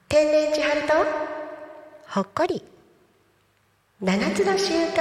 天然千春とほっこり7つの習慣。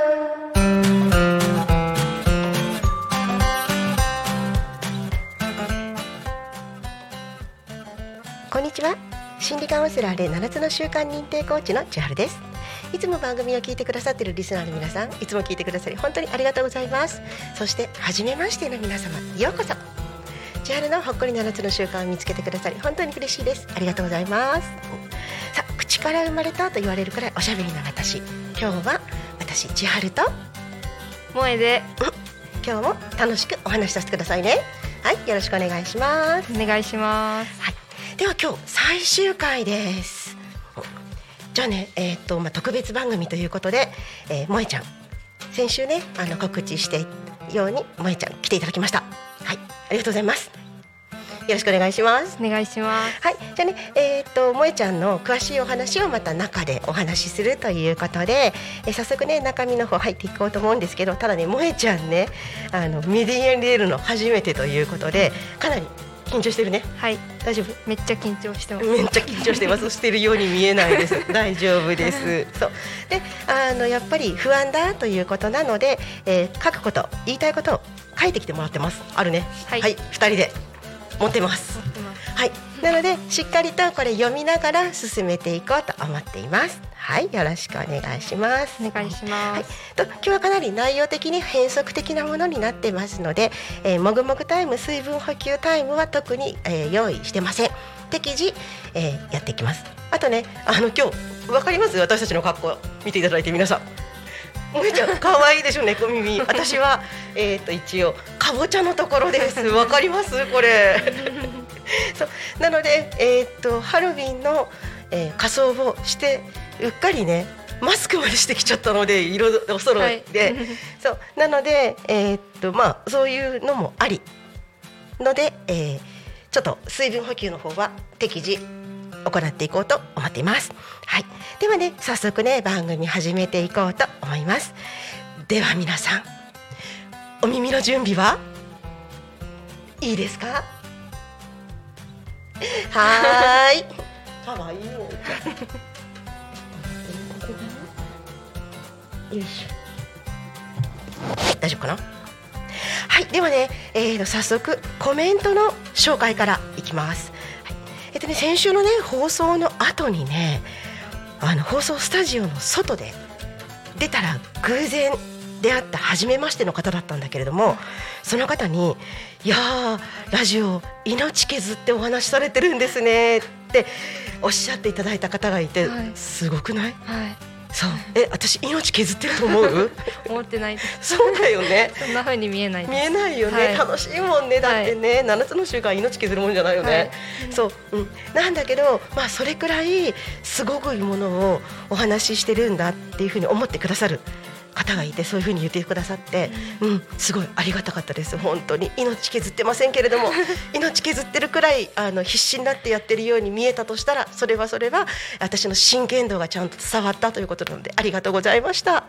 こんにちは。心理カウンセラーで7つの習慣認定コーチの千春です。いつも番組を聞いてくださっているリスナーの皆さん、いつも聞いてくださり本当にありがとうございます。そして初めましての皆様、ようこそ。千春のほっこり7つの習慣を見つけてくださり本当に嬉しいです。ありがとうございます。さあ、口から生まれたと言われるくらいおしゃべりな私、今日は私千春と萌えで今日も楽しくお話しさせてくださいね。はい、よろしくお願いします。 お願いします。 はい、では今日最終回です。じゃあね、特別番組ということで、萌えちゃん先週ね告知してように萌えちゃん来ていただきました。はい、ありがとうございます。よろしくお願いします。 お願いします。 はい、じゃあね、萌えちゃんの詳しいお話をまた中でお話しするということで、早速ね中身の方入っていこうと思うんですけど、ただね萌えちゃんねメディアに出るの初めてということでかなり緊張してるね。 はい、 大丈夫？ めっちゃ緊張してます。 めっちゃ緊張してますしてるように見えないです大丈夫です。そうでやっぱり不安だということなので、書くこと言いたいことを書いてきてもらってます。あるね。 はい、 はい、2人で持ってます。はい、なのでしっかりとこれ読みながら進めていこうと思っています。はい、よろしくお願いします。 お願いします。 はい、今日はかなり内容的に変則的なものになってますので、もぐもぐタイム、水分補給タイムは特に、用意してません。適時、やっていきます。あとね今日分かります？私たちの格好見ていただいて皆さん、萌えちゃん可愛いでしょ、猫耳。私は、一応かぼちゃのところです。わかりますこれそうなので、ハロウィンの、仮装をしてうっかりねマスクまでしてきちゃったので色お揃いで、はい、そうなので、そういうのもありので、ちょっと水分補給の方は適時行っていこうと思っています。はい、ではね早速ね番組始めていこうと思います。では皆さんお耳の準備はいいですか？はーいかわいいよよいしょ、大丈夫かな？はい、ではね、早速コメントの紹介からいきます。先週のね放送の後にね放送スタジオの外で出たら偶然出会った初めましての方だったんだけれども、その方にいやーラジオ命削ってお話しされてるんですねっておっしゃっていただいた方がいて、はい、すごくない？はい、そう私命削ってると思う？ 思ってないです。 そうだよねそんな風に見えないです。 見えないよね、はい、楽しいもんね。だってね、7つの習慣命削るもんじゃないよね、はい、そう、なんだけど、それくらいすごくいいものをお話ししてるんだっていう風に思ってくださる方がいて、そういう風に言ってくださって、すごいありがたかったです。本当に命削ってませんけれども命削ってるくらい必死になってやってるように見えたとしたら、それは私の真剣度がちゃんと伝わったということなのでありがとうございました。はい、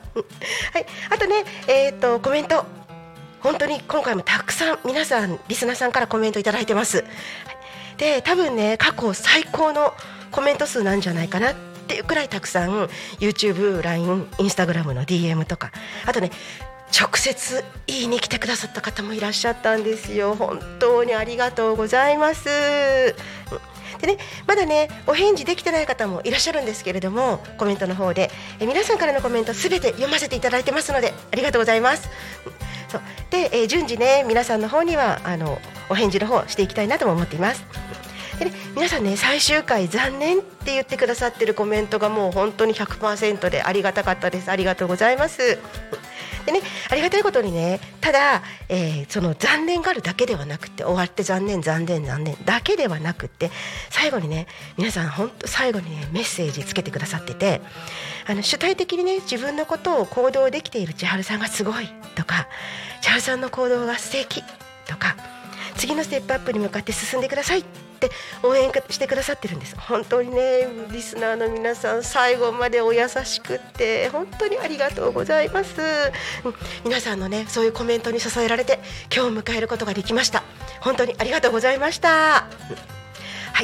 あとね、コメント本当に今回もたくさん皆さんリスナーさんからコメントいただいてます。で多分ね過去最高のコメント数なんじゃないかなっていうくらいたくさん YouTube、LINE、Instagram の DM とか、あとね直接言いに来てくださった方もいらっしゃったんですよ。本当にありがとうございます。でね、まだねお返事できてない方もいらっしゃるんですけれども、コメントの方で皆さんからのコメントすべて読ませていただいてますのでありがとうございます。そうで、順次ね皆さんの方にはお返事の方していきたいなとも思っています。でね、皆さんね最終回残念って言ってくださってるコメントがもう本当に 100% でありがたかったです。ありがとうございます。でね、ありがたいことにね、ただ、その残念があるだけではなくて、終わって残念だけではなくて、最後にね皆さん本当最後にねメッセージつけてくださってて、主体的にね自分のことを行動できている千春さんがすごいとか、千春さんの行動が素敵とか、次のステップアップに向かって進んでくださいって応援してくださってるんです。本当にねリスナーの皆さん最後までお優しくって本当にありがとうございます。皆さんのねそういうコメントに支えられて今日を迎えることができました。本当にありがとうございました。はい、で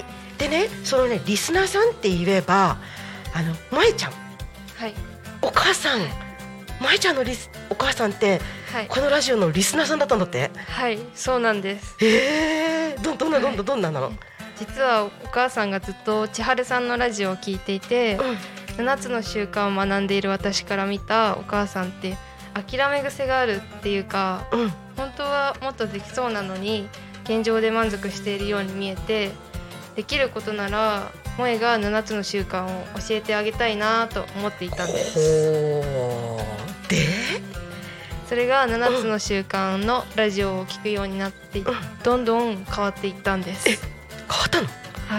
でね、そのねリスナーさんって言えば萌ちゃん、 はい、 お母さん、萌ちゃんのお母さんって、はい、このラジオのリスナーさんだったんだって。 はい、そうなんです。 どんなの？ 実はお母さんがずっと千春さんのラジオを聞いていて、7つの習慣を学んでいる私から見たお母さんって諦め癖があるっていうか、本当はもっとできそうなのに現状で満足しているように見えて、できることなら萌が7つの習慣を教えてあげたいなと思っていたんです。 でそれが7つの習慣のラジオを聞くようになってどんどん変わっていったんです。 変わったの？ はい。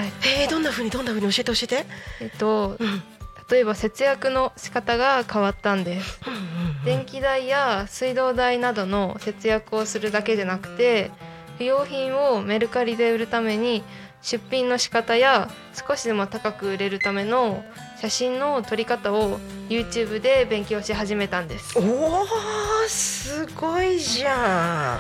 どんな風に教えて。 例えば節約の仕方が変わったんです。電気代や水道代などの節約をするだけじゃなくて、不要品をメルカリで売るために出品の仕方や少しでも高く売れるための写真の撮り方を YouTube で勉強し始めたんです。 おー、すごいじゃん。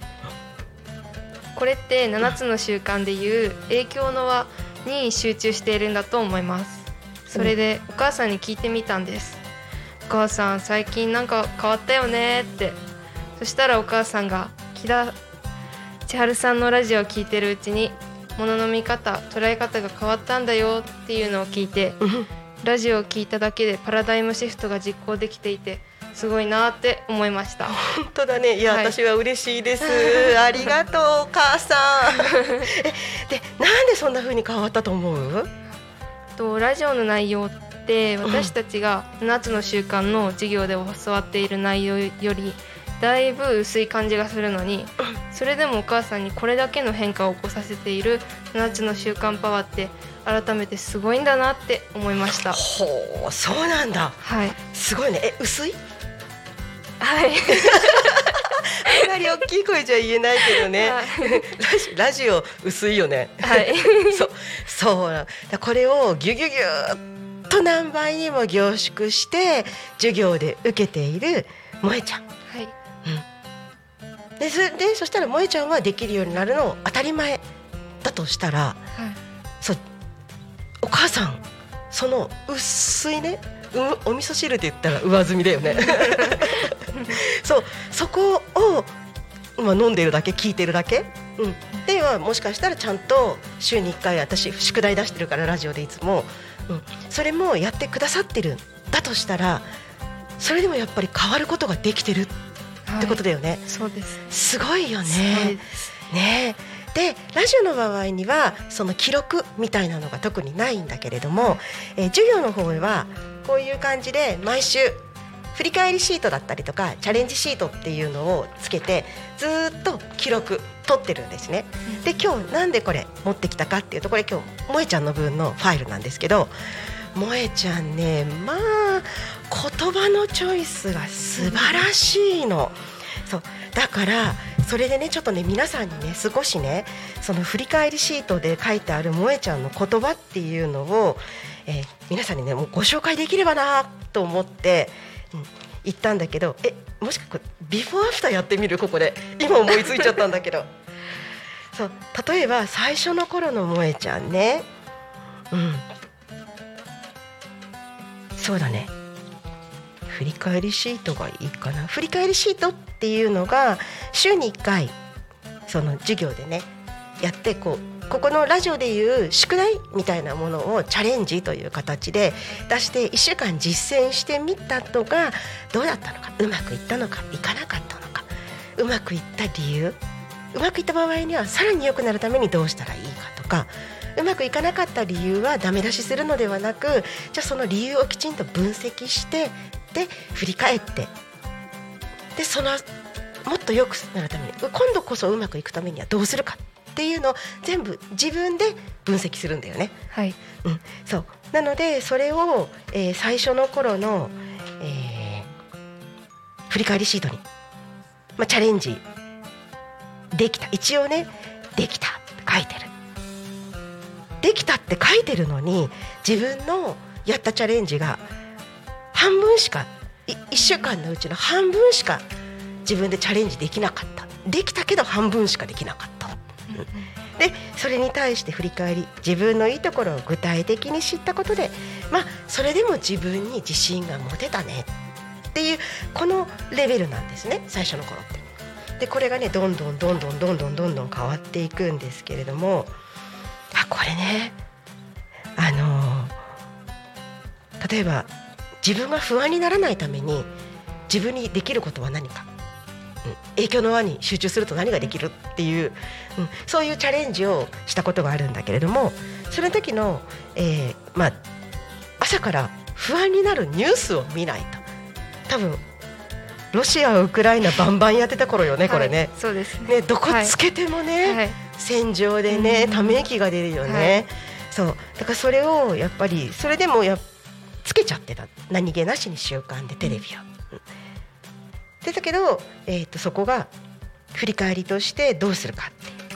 これって7つの習慣でいう影響の輪に集中しているんだと思います。それでお母さんに聞いてみたんです。お母さん最近なんか変わったよねって。そしたらお母さんが千春さんのラジオを聞いてるうちに物の見方、捉え方が変わったんだよっていうのを聞いて、ラジオを聞いただけでパラダイムシフトが実行できていてすごいなって思いました。 本当だね。いや、はい、私は嬉しいです。ありがとうお母さん。で、なんでそんな風に変わったと思う？ ラジオの内容って私たちが7つの習慣の授業で教わっている内容よりだいぶ薄い感じがするのに、それでもお母さんにこれだけの変化を起こさせている7つの習慣パワーって改めてすごいんだなって思いました。 ほう、そうなんだ。 はい、 すごいね。薄い？ はいあんまり大きい声じゃ言えないけどね、はい、ラジオ薄いよね。 はいそうだ。これをギュギュギュッと何倍にも凝縮して授業で受けている萌ちゃん。 はい。 でそしたら萌ちゃんはできるようになるの当たり前だとしたら、お母さんその薄いね、お味噌汁で言ったら上積みだよね。そこを飲んでるだけ、聞いてるだけ、ではもしかしたらちゃんと週に1回私宿題出してるからラジオでいつも、それもやってくださってるんだとしたら、それでもやっぱり変わることができてるってことだよね。 そうです。 すごいよね。ねでラジオの場合にはその記録みたいなのが特にないんだけれども、授業の方へはこういう感じで毎週振り返りシートだったりとかチャレンジシートっていうのをつけてずっと記録取ってるんですね。で今日なんでこれ持ってきたかっていうと、これ今日萌ちゃんの分のファイルなんですけど、萌ちゃんね、まあ言葉のチョイスが素晴らしいの。そうだからそれでね、ちょっとね皆さんにね少しねその振り返りシートで書いてある萌ちゃんの言葉っていうのを、皆さんにねもうご紹介できればなと思って言ったんだけど、もしかこれビフォーアフターやってみる？ここで今思いついちゃったんだけどそう例えば最初の頃の萌ちゃんね、そうだね、振り返りシートがいいかな。振り返りシートっていうのが週に1回その授業でねやって、ここのラジオでいう宿題みたいなものをチャレンジという形で出して1週間実践してみたのがどうだったのか、うまくいったのかいかなかったのか、うまくいった理由、うまくいった場合にはさらに良くなるためにどうしたらいいかとか、うまくいかなかった理由はダメ出しするのではなく、じゃあその理由をきちんと分析してで振り返って、でそのもっと良くなるために今度こそうまくいくためにはどうするかっていうのを全部自分で分析するんだよね。 はい、 そうなのでそれを、最初の頃の、振り返りシートに、チャレンジできた、一応ねできたって書いてる、できたって書いてるのに自分のやったチャレンジが半分しか、1週間のうちの半分しか自分でチャレンジできなかった。できたけど半分しかできなかった、 でそれに対して振り返り、自分のいいところを具体的に知ったことで、それでも自分に自信が持てたねっていうこのレベルなんですね、最初の頃って。でこれがねどんどん変わっていくんですけれども、これね例えば自分が不安にならないために自分にできることは何か、影響の輪に集中すると何ができるっていう、そういうチャレンジをしたことがあるんだけれども、その時の、朝から不安になるニュースを見ないと。多分ロシアウクライナバンバンやってた頃よね、これね。 そうですね。 どこつけてもね、戦場でね、ため息が出るよね。そうだからそれをやっぱりそれでもつけちゃってた、何気なしに習慣でテレビを。でだけど、そこが振り返りとしてどうするかっていう、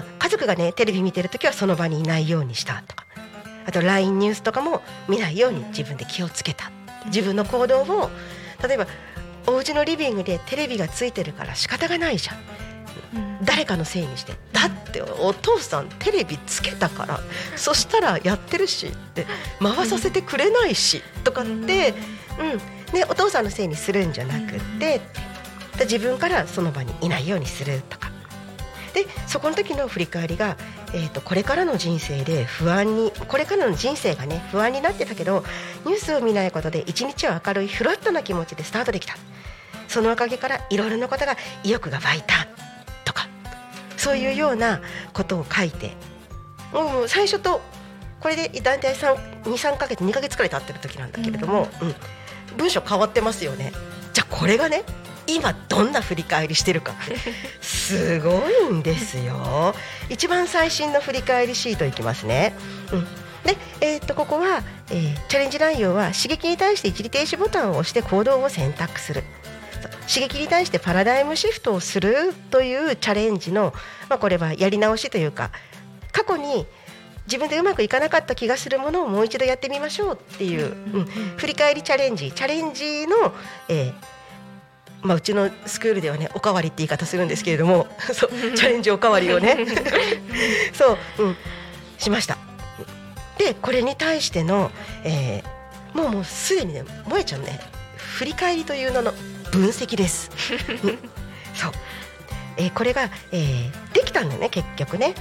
家族がねテレビ見てるときはその場にいないようにしたとか、あと LINE ニュースとかも見ないように自分で気をつけた。自分の行動を例えばお家のリビングでテレビがついてるから仕方がないじゃん、誰かのせいにして、だってお父さんテレビつけたからそしたらやってるしって回させてくれないしとかって、お父さんのせいにするんじゃなくって自分からその場にいないようにするとかで、そこの時の振り返りが、これからの人生でこれからの人生がね不安になってたけど、ニュースを見ないことで一日は明るいフラットな気持ちでスタートできた。そのおかげからいろいろなことが意欲が湧いたとか、そういうようなことを書いて、もう最初とこれで大体2ヶ月くらい経ってる時なんだけれども、文章変わってますよね。じゃあこれがね今どんな振り返りしてるかすごいんですよ。一番最新の振り返りシートいきますね。で、ここは、チャレンジ内容は刺激に対して一時停止ボタンを押して行動を選択する、刺激に対してパラダイムシフトをするというチャレンジの、これはやり直しというか、過去に自分でうまくいかなかった気がするものをもう一度やってみましょうっていう、振り返りチャレンジの、うちのスクールではねおかわりって言い方するんですけれどもそうチャレンジおかわりをねそう、しました。でこれに対しての、もうすでにね萌ちゃんね振り返りという名の分析です、そう、これが、できたんだよね結局ね。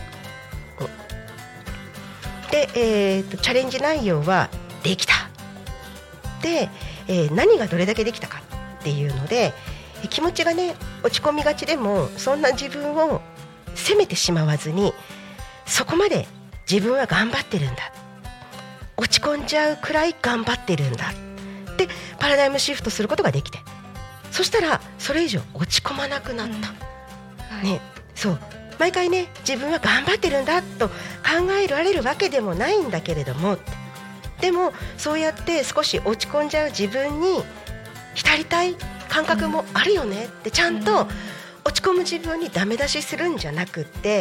で、チャレンジ内容はできた。で、何がどれだけできたかっていうので、気持ちがね落ち込みがちでもそんな自分を責めてしまわずに、そこまで自分は頑張ってるんだ、落ち込んじゃうくらい頑張ってるんだってパラダイムシフトすることができて、そしたらそれ以上落ち込まなくなった、ね、そう毎回ね自分は頑張ってるんだと考えられるわけでもないんだけれども、でもそうやって少し落ち込んじゃう自分に浸りたい感覚もあるよねって、ちゃんと落ち込む自分にダメ出しするんじゃなくって、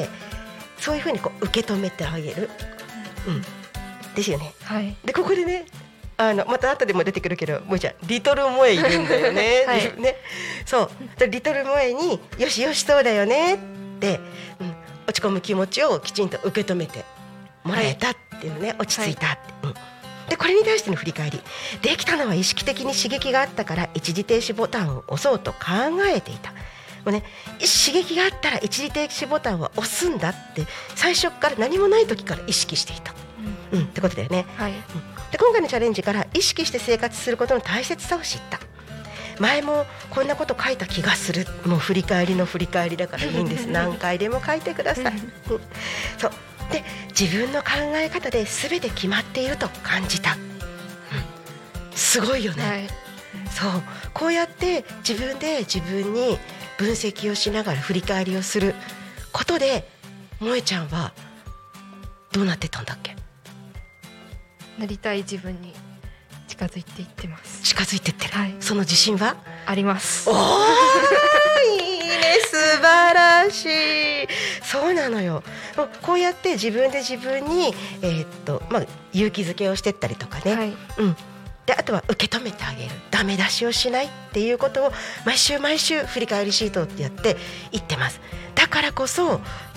そういうふうに受け止めてあげる、ですよね、でここでねまた後でも出てくるけど、もうじゃリトル萌えいるんだよね、ね、そうリトル萌えによしよしそうだよねって、落ち込む気持ちをきちんと受け止めてもらえたっていうね、落ち着いたって、でこれに対しての振り返り、できたのは意識的に刺激があったから一時停止ボタンを押そうと考えていた。もうね、刺激があったら一時停止ボタンは押すんだって最初から何もない時から意識していた、ってことだよね、で今回のチャレンジから意識して生活することの大切さを知った。前もこんなこと書いた気がする、もう振り返りの振り返りだからいいんです何回でも書いてください、そうで自分の考え方で全て決まっていると感じた、すごいよね、そうこうやって自分で自分に分析をしながら振り返りをすることで、萌ちゃんはどうなってたんだっけ。 なりたい自分に近づいていってます。 近づいてってる、その自信はあります。 おーいいね、素晴らしい。そうなのよ。こうやって自分で自分に、勇気づけをしてったりとかね、であとは受け止めてあげる、ダメ出しをしないっていうことを毎週毎週振り返りシートってやっていってます。だからこそ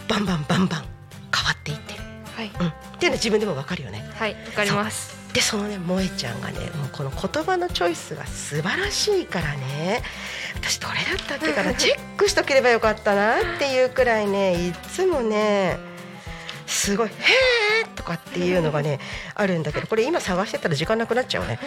バンバン変わっていってる、 はい、 っていうのは自分でも分かるよね。 はい、わかります。 でそのね萌ちゃんがねもうこの言葉のチョイスが素晴らしいからね、私どれだったっけからチェックしとければよかったなっていうくらいねいつもねすごいへーとかっていうのがねあるんだけど、これ今探してたら時間なくなっちゃうね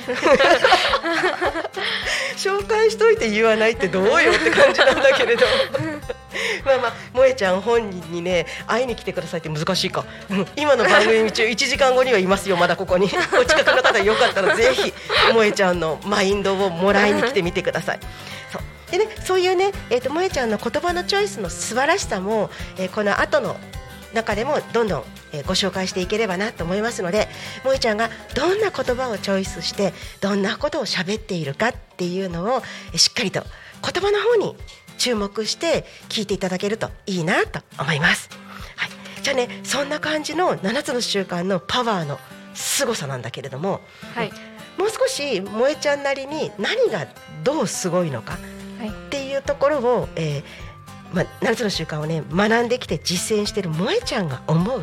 紹介しといて言わないってどうよって感じなんだけれどまあ萌ちゃん本人にね会いに来てくださいって難しいか、今の番組中1時間後にはいますよ、まだここにお近くの方よかったらぜひ萌ちゃんのマインドをもらいに来てみてください。でね、そういうね、萌ちゃんの言葉のチョイスの素晴らしさも、この後の中でもどんどんご紹介していければなと思いますので、萌ちゃんがどんな言葉をチョイスしてどんなことを喋っているかっていうのをしっかりと言葉の方に注目して聞いていただけるといいなと思います。はい、じゃあねそんな感じの7つの習慣のパワーの凄さなんだけれども、 はい、 もう少し萌ちゃんなりに何がどうすごいのかっていうところを、7つの習慣をね学んできて実践している萌ちゃんが思う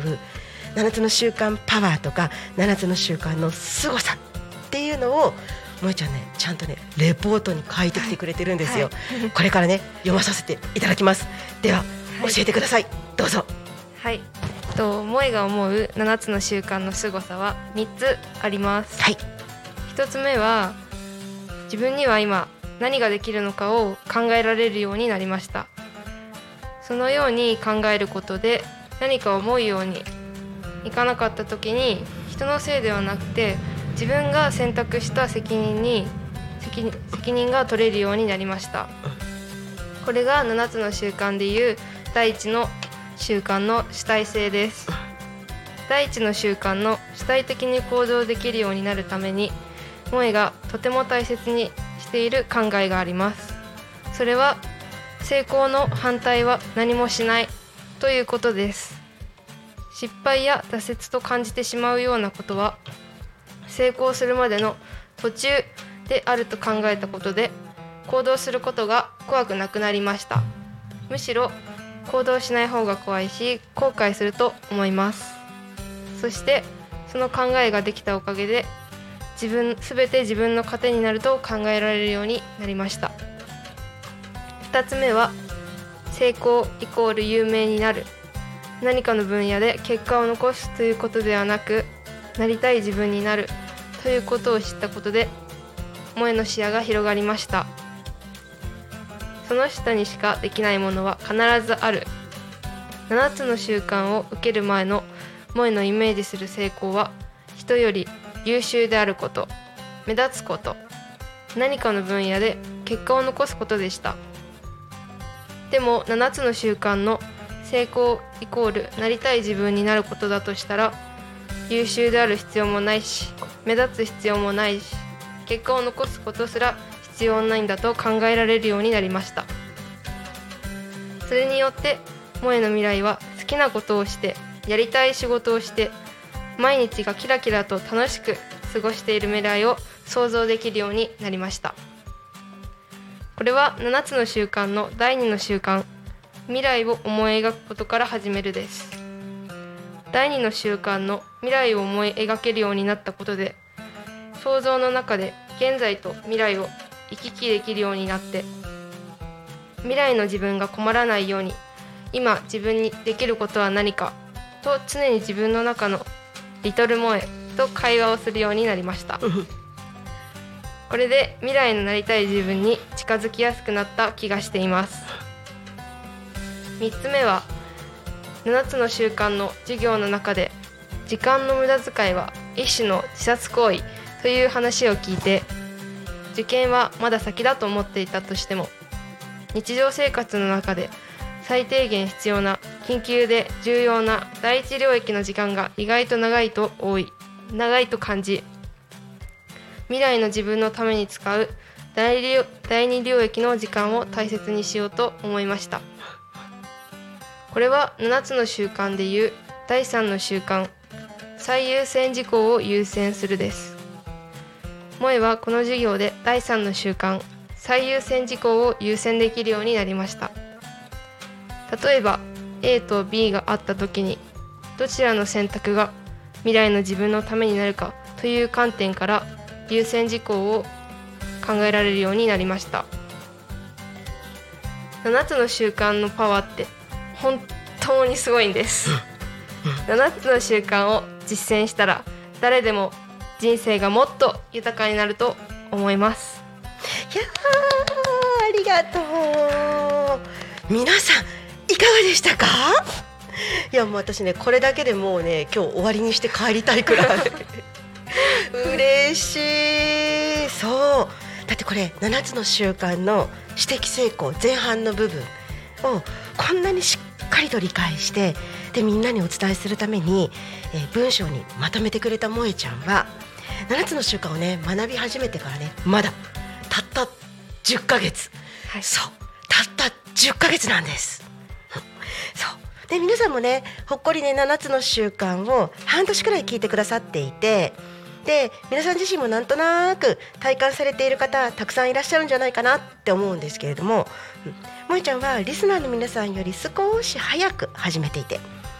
7つの習慣パワーとか7つの習慣の凄さっていうのを萌ちゃんねちゃんとねレポートに書いてきてくれてるんですよ、はい、これからね読まさせていただきます。では、教えてください、どうぞ。 はい、萌が思う7つの習慣の凄さは3つあります。 はい、 1つ目は自分には今何ができるのかを考えられるようになりました。そのように考えることで何か思うようにいかなかった時に人のせいではなくて自分が選択した責任が取れるようになりました。これが7つの習慣でいう第一の習慣の主体性です。第一の習慣の主体的に行動できるようになるために萌がとても大切にしている考えがあります。それは成功の反対は何もしないということです。失敗や挫折と感じてしまうようなことは成功するまでの途中であると考えたことで行動することが怖くなくなりました。むしろ行動しない方が怖いし後悔すると思います。そしてその考えができたおかげで全て自分の糧になると考えられるようになりました。2つ目は成功イコール有名になる、何かの分野で結果を残すということではなくなりたい自分になるということを知ったことで萌の視野が広がりました。その人にしかできないものは必ずある。7つの習慣を受ける前の萌のイメージする成功は人より優秀であること、目立つこと、何かの分野で結果を残すことでした。でも7つの習慣の成功イコールなりたい自分になることだとしたら優秀である必要もないし目立つ必要もないし結果を残すことすら必要ないんだと考えられるようになりました。それによって萌の未来は好きなことをしてやりたい仕事をして毎日がキラキラと楽しく過ごしている未来を想像できるようになりました。これは7つの習慣の第2の習慣、未来を思い描くことから始めるです。第2の習慣の未来を思い描けるようになったことで想像の中で現在と未来を行き来できるようになって未来の自分が困らないように今自分にできることは何かと常に自分の中のリトル萌と会話をするようになりました。これで未来のなりたい自分に近づきやすくなった気がしています。3つ目は7つの習慣の授業の中で時間の無駄遣いは一種の自殺行為という話を聞いて受験はまだ先だと思っていたとしても日常生活の中で最低限必要な緊急で重要な第一領域の時間が意外と長いと感じ未来の自分のために使う第二領域の時間を大切にしようと思いました。これは7つの習慣でいう第3の習慣、最優先事項を優先するです。萌はこの授業で第3の習慣、最優先事項を優先できるようになりました。例えば A と B があった時にどちらの選択が未来の自分のためになるかという観点から優先事項を考えられるようになりました。7つの習慣のパワーって本当にすごいんです。7つの習慣を実践したら誰でも人生がもっと豊かになると思います。 いやありがとう。皆さんいかがでしたか？いやもう私ねこれだけでもうね今日終わりにして帰りたいくらい嬉しい。そうだってこれ7つの習慣の私的成功前半の部分をこんなにしっかりと理解してでみんなにお伝えするために、文章にまとめてくれた萌ちゃんは7つの習慣をね学び始めてからねまだたった10ヶ月、はい、そうたった10ヶ月なんです。そうで皆さんもねほっこりね7つの習慣を半年くらい聞いてくださっていてで皆さん自身もなんとなく体感されている方たくさんいらっしゃるんじゃないかなって思うんですけれども、萌ちゃんはリスナーの皆さんより少し早く始めていて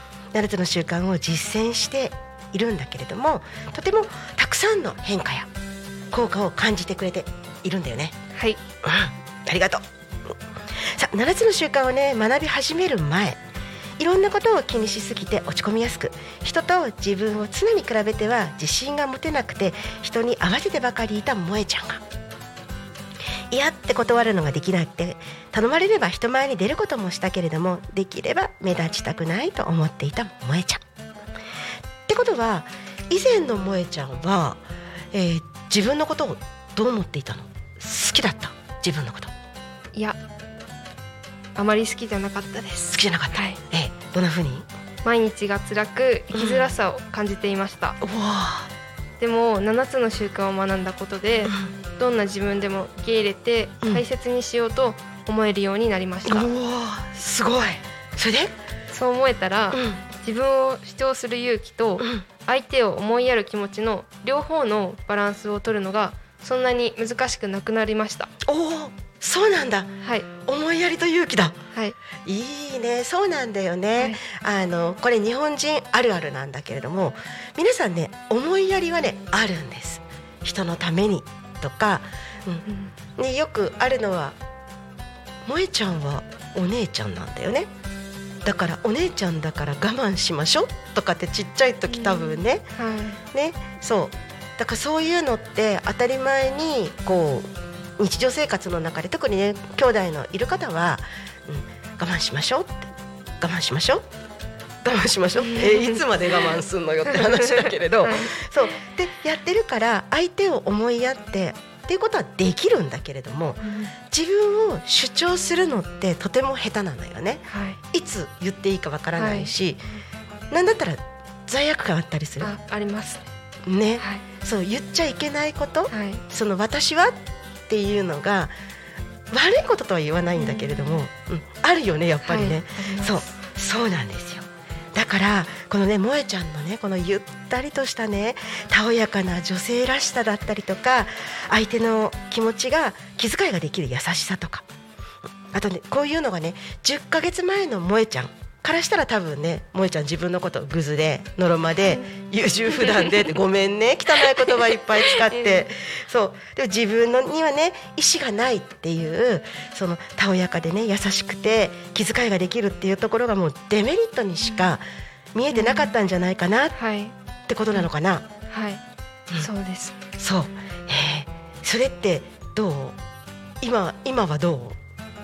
7つの習慣を実践しているんだけれどもとてもたくさんの変化や効果を感じてくれているんだよね。 はい、 ありがとう。さあ7つの習慣をね学び始める前いろんなことを気にしすぎて落ち込みやすく人と自分を常に比べては自信が持てなくて人に合わせてばかりいた萌ちゃんが嫌って断るのができなくて頼まれれば人前に出ることもしたけれどもできれば目立ちたくないと思っていた萌ちゃんってことは以前の萌ちゃんは、自分のことをどう思っていたの？好きだった？自分のこと？ いやあまり好きじゃなかったです。 好きじゃなかった、はい、どんな風に？ 毎日が辛く生きづらさを感じていました、でも7つの習慣を学んだことで、どんな自分でも受け入れて大切にしようと思えるようになりました、 すごい。それで？ そう思えたら、自分を主張する勇気と相手を思いやる気持ちの両方のバランスを取るのがそんなに難しくなくなりました。 そうなんだ、 はい、 思いやりと勇気だ、 はい、 いいね。そうなんだよね、はい、これ日本人あるあるなんだけれども皆さんね思いやりはねあるんです。人のためにとか、ね、よくあるのは萌ちゃんはお姉ちゃんなんだよねだからお姉ちゃんだから我慢しましょうとかってちっちゃい時多分ね、ね、そうだからそういうのって当たり前にこう日常生活の中で特にね兄弟のいる方は、我慢しましょうって我慢しましょう我慢しましょういつまで我慢すんのよって話だけれど、そうでやってるから相手を思いやってっていうことはできるんだけれども、自分を主張するのってとても下手なのよね、いつ言っていいかわからないし、なんだったら罪悪感あったりする。 ありますね、そう言っちゃいけないこと、その私はっていうのが悪いこととは言わないんだけれども、あるよねやっぱりね、そうなんですよ。だからこのね萌ちゃんのねこのゆったりとしたねたおやかな女性らしさだったりとか相手の気持ちが気遣いができる優しさとかあとねこういうのがね10ヶ月前の萌ちゃんからしたら多分ね萌ちゃん自分のことグズでのろまで優柔不断でごめんね汚い言葉いっぱい使ってそうでも自分のにはね意志がないっていうそのたおやかでね優しくて気遣いができるっていうところがもうデメリットにしか見えてなかったんじゃないかなってことなのかな。 そうです。 そうそれってどう？今はどう？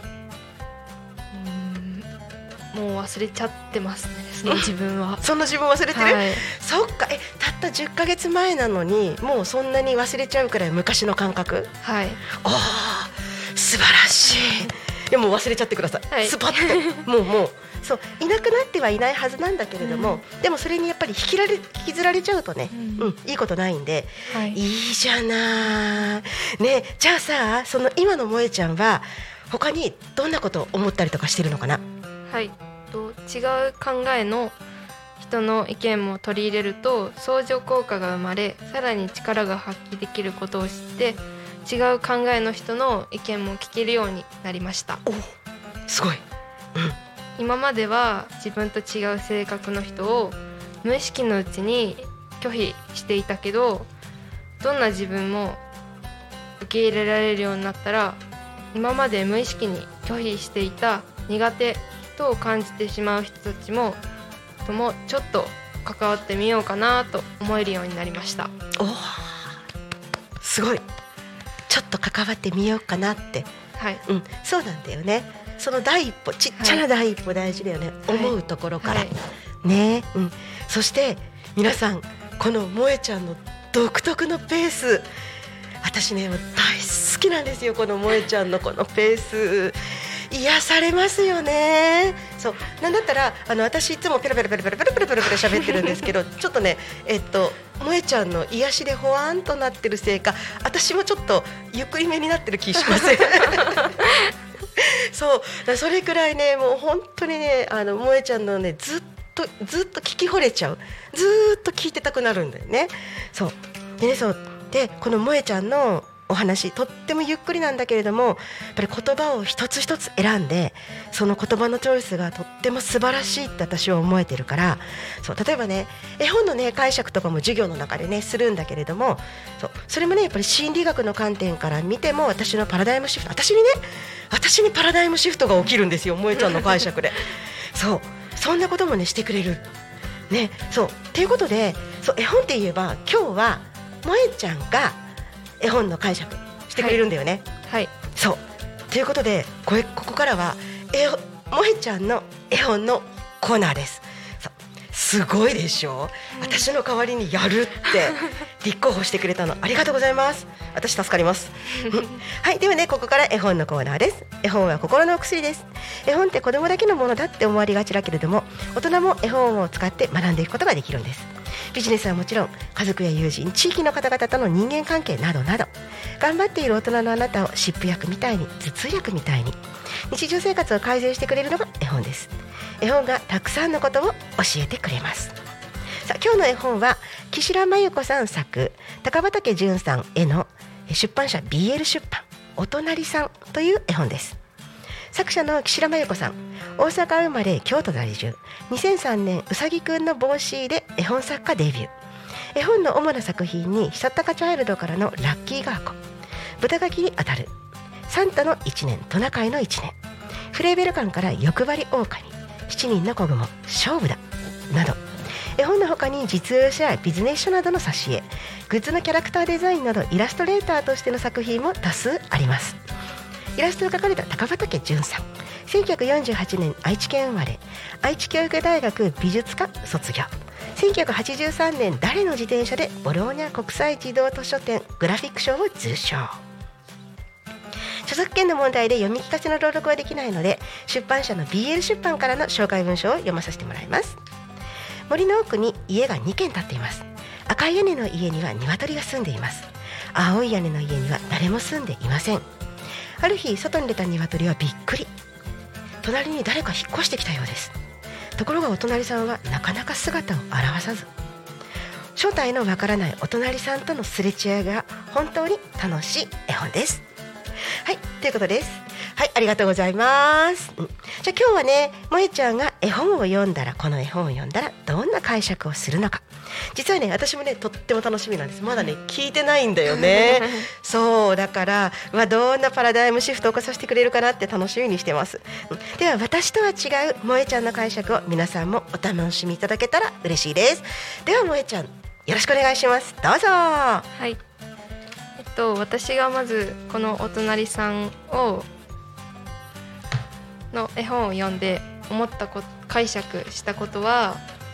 もう忘れちゃってますねその自分はそんな自分忘れてる、そっかたった10ヶ月前なのにもうそんなに忘れちゃうくらい昔の感覚。素晴らしい。でも忘れちゃってください、スパッともうそういなくなってはいないはずなんだけれども、でもそれにやっぱり引きずられちゃうとね、いいことないんで、いいじゃないね。じゃあさその今の萌ちゃんは他にどんなことを思ったりとかしてるのかな。 違う考えの人の意見も取り入れると相乗効果が生まれさらに力が発揮できることを知って違う考えの人の意見も聞けるようになりました。 すごい、 今までは自分と違う性格の人を無意識のうちに拒否していたけど、どんな自分も受け入れられるようになったら、今まで無意識に拒否していた苦手と感じてしまう人たちもちょっと関わってみようかなと思えるようになりました。 おー、すごい。ちょっと関わってみようかなって、 はい、 そうなんだよね。その第一歩、ちっちゃな第一歩大事だよね、思うところから、ね、そして皆さん、この萌ちゃんの独特のペース、私ね、もう大好きなんですよ。この萌ちゃんのこのペース、癒されますよね。そうなんだったら私いつもペラペラペラペラペラペラペラペラ喋ってるんですけど、ちょっとね萌ちゃんの癒しでほわんとなってるせいか、私もちょっとゆっくりめになってる気しませんそうそれくらいね、もう本当にね萌ちゃんのねずっと聞き惚れちゃう、ずっと聞いてたくなるんだよね。そうでね、でこの萌ちゃんのお話、とってもゆっくりなんだけれども、やっぱり言葉を一つ一つ選んで、その言葉のチョイスがとっても素晴らしいって私は思えてるから、例えばね、絵本のね解釈とかも授業の中でねするんだけれども、それもねやっぱり心理学の観点から見ても、私のパラダイムシフト、私にパラダイムシフトが起きるんですよ、萌ちゃんの解釈でそんなこともねしてくれるね。っていうことで、絵本って言えば今日は萌ちゃんが絵本の解釈してくれるんだよね。 はい、 ということでここからは萌ちゃんの絵本のコーナーです。すごいでしょ、私の代わりにやるって立候補してくれたの、ありがとうございます。私助かりますはい、ではね、ここから絵本のコーナーです。絵本は心のお薬です。絵本って子供だけのものだって思われがちだけれども、大人も絵本を使って学んでいくことができるんです。ビジネスはもちろん、家族や友人、地域の方々との人間関係などなど、頑張っている大人のあなたを湿布薬みたいに、頭痛薬みたいに、日常生活を改善してくれるのが絵本です。絵本がたくさんのことを教えてくれます。今日の絵本は岸良真由子さん作、高畠淳さんへの出版社 BL 出版、お隣さんという絵本です。作者の岸良真由子さん、大阪生まれ京都在住、2003年うさぎくんの帽子で絵本作家デビュー。絵本の主な作品に久高チャイルドからのラッキーガーコ、豚垣に当たる、サンタの1年、トナカイの1年、フレーベル館から欲張り狼、7人の子雲、勝負だなど、絵本の他に実用書やビジネス書などの挿絵、グッズのキャラクターデザインなどイラストレーターとしての作品も多数あります。イラストを描かれた高畠淳さん、1948年愛知県生まれ、愛知教育大学美術科卒業、1983年誰の自転車でボローニャ国際児童図書展グラフィック賞を受賞。著作権の問題で読み聞かせの朗読はできないので、出版社の BL 出版からの紹介文書を読まさせてもらいます。森の奥に家が2軒建っています。赤い屋根の家には鶏が住んでいます。青い屋根の家には誰も住んでいません。ある日、外に出た鶏はびっくり。隣に誰か引っ越してきたようです。ところがお隣さんはなかなか姿を現さず、正体のわからないお隣さんとのすれ違いが本当に楽しい絵本です。はい、ということです。はい、ありがとうございます。じゃあ今日はね、萌ちゃんが絵本を読んだら、この絵本を読んだらどんな解釈をするのか、実はね、私もねとっても楽しみなんです。まだね聞いてないんだよねそうだから、どんなパラダイムシフトを起こさせてくれるかなって楽しみにしてます。では私とは違う萌ちゃんの解釈を皆さんもお楽しみいただけたら嬉しいです。では萌ちゃん、よろしくお願いします。どうぞ。 はい、私がまずこのお隣さんの絵本を読んで思った解釈したことは、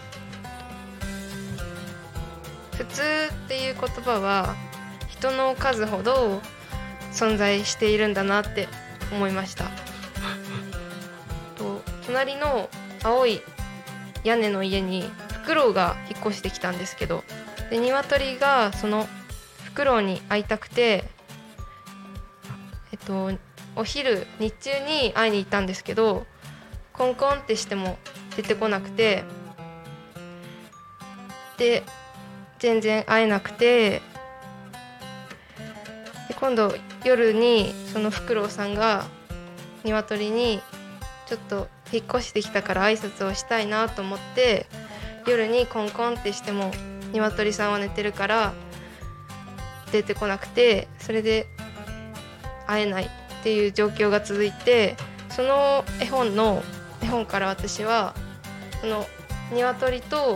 普通っていう言葉は人の数ほど存在しているんだなって思いました。隣の青い屋根の家にフクロウが引っ越してきたんですけど、で鶏がそのフクロウに会いたくて、日中に会いに行ったんですけど、コンコンってしても出てこなくて、で全然会えなくて、で今度夜にそのフクロウさんが鶏にちょっと引っ越してきたから挨拶をしたいなと思って、夜にコンコンってしても鶏さんは寝てるから出てこなくて、それで会えないっていう状況が続いて、その絵本から私はその鶏と